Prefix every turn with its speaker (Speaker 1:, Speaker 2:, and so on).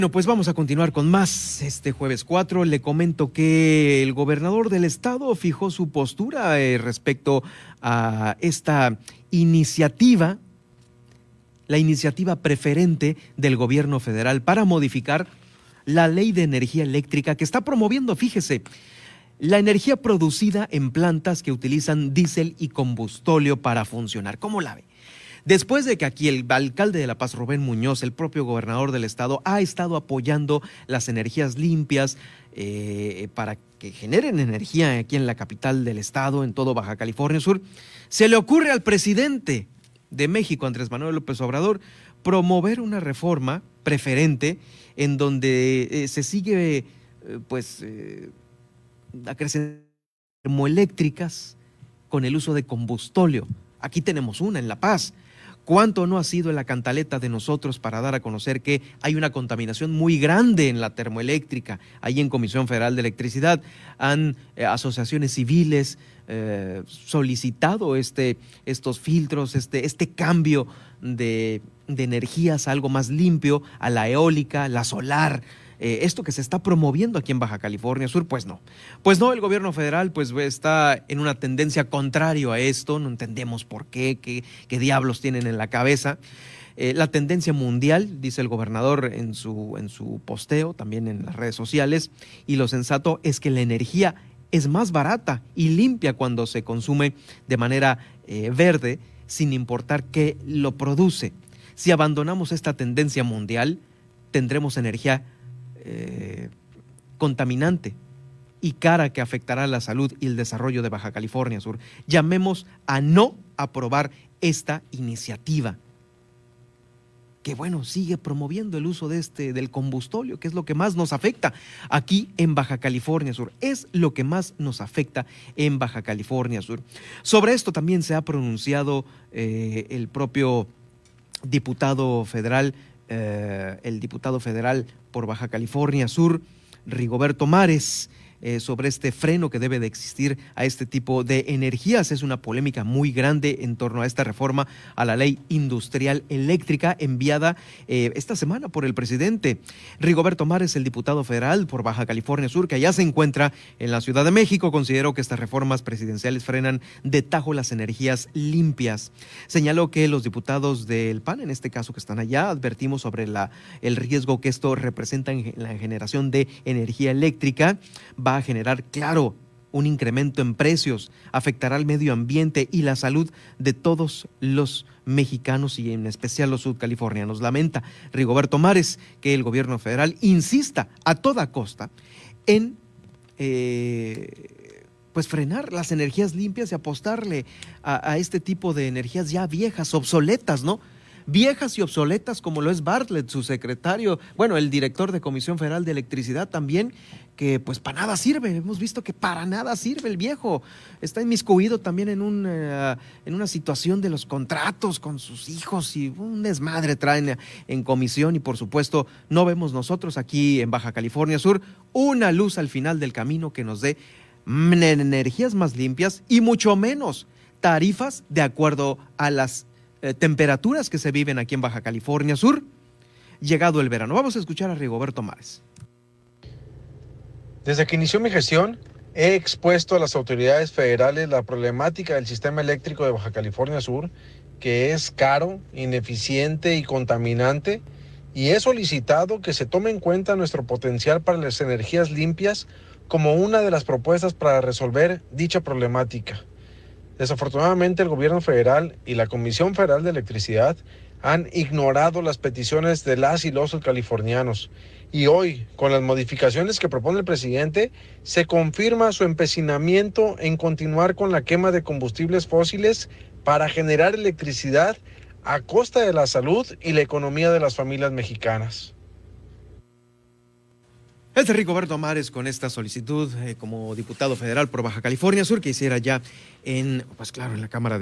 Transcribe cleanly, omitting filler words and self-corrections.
Speaker 1: Bueno, pues vamos a continuar con más este jueves 4. Le comento que el gobernador del estado fijó su postura respecto a esta iniciativa, la iniciativa preferente del gobierno federal para modificar la ley de energía eléctrica que está promoviendo, fíjese, la energía producida en plantas que utilizan diésel y combustóleo para funcionar. ¿Cómo la ve? Después de que aquí el alcalde de La Paz, Rubén Muñoz, el propio gobernador del estado, ha estado apoyando las energías limpias para que generen energía aquí en la capital del estado, en todo Baja California Sur, se le ocurre al presidente de México, Andrés Manuel López Obrador, promover una reforma preferente en donde se sigue acrecentando termoeléctricas con el uso de combustóleo. Aquí tenemos una en La Paz. ¿Cuánto no ha sido la cantaleta de nosotros para dar a conocer que hay una contaminación muy grande en la termoeléctrica? Ahí en Comisión Federal de Electricidad han asociaciones civiles solicitado estos filtros, este cambio de energías a algo más limpio, a la eólica, la solar. Esto que se está promoviendo aquí en Baja California Sur, pues no, el gobierno federal pues está en una tendencia contraria a esto, no entendemos por qué diablos tienen en la cabeza. La tendencia mundial, dice el gobernador en su posteo, también en las redes sociales, y lo sensato es que la energía es más barata y limpia cuando se consume de manera verde, sin importar qué lo produce. Si abandonamos esta tendencia mundial, tendremos energía contaminante y cara que afectará la salud y el desarrollo de Baja California Sur. Llamemos a no aprobar esta iniciativa, que bueno, sigue promoviendo el uso del combustóleo, que es lo que más nos afecta aquí en Baja California Sur. Es lo que más nos afecta en Baja California Sur. Sobre esto también se ha pronunciado el propio diputado federal, por Baja California Sur, Rigoberto Mares, sobre este freno que debe de existir a este tipo de energías. Es una polémica muy grande en torno a esta reforma a la ley industrial eléctrica enviada esta semana por el presidente. Rigoberto Mares, el diputado federal por Baja California Sur, que allá se encuentra en la Ciudad de México, consideró que estas reformas presidenciales frenan de tajo las energías limpias. Señaló que los diputados del PAN, en este caso que están allá, advertimos sobre el riesgo que esto representa en la generación de energía eléctrica. Va a generar, claro, un incremento en precios, afectará al medio ambiente y la salud de todos los mexicanos y en especial los sudcalifornianos. Lamenta Rigoberto Mares que el gobierno federal insista a toda costa en frenar las energías limpias y apostarle a este tipo de energías ya viejas, obsoletas, ¿no? Viejas y obsoletas como lo es Bartlett, su secretario, el director de Comisión Federal de Electricidad también, que pues para nada sirve. Hemos visto que para nada sirve el viejo. Está inmiscuido también en una situación de los contratos con sus hijos y un desmadre traen en comisión y por supuesto no vemos nosotros aquí en Baja California Sur una luz al final del camino que nos dé energías más limpias y mucho menos tarifas de acuerdo a las temperaturas que se viven aquí en Baja California Sur, llegado el verano. Vamos a escuchar a Rigoberto Mares.
Speaker 2: Desde que inició mi gestión, he expuesto a las autoridades federales la problemática del sistema eléctrico de Baja California Sur, que es caro, ineficiente y contaminante, y he solicitado que se tome en cuenta nuestro potencial para las energías limpias como una de las propuestas para resolver dicha problemática. Desafortunadamente, el gobierno federal y la Comisión Federal de Electricidad han ignorado las peticiones de las y los californianos. Y hoy, con las modificaciones que propone el presidente, se confirma su empecinamiento en continuar con la quema de combustibles fósiles para generar electricidad a costa de la salud y la economía de las familias mexicanas.
Speaker 1: Es Rigoberto Mares con esta solicitud como diputado federal por Baja California Sur que hiciera ya en la Cámara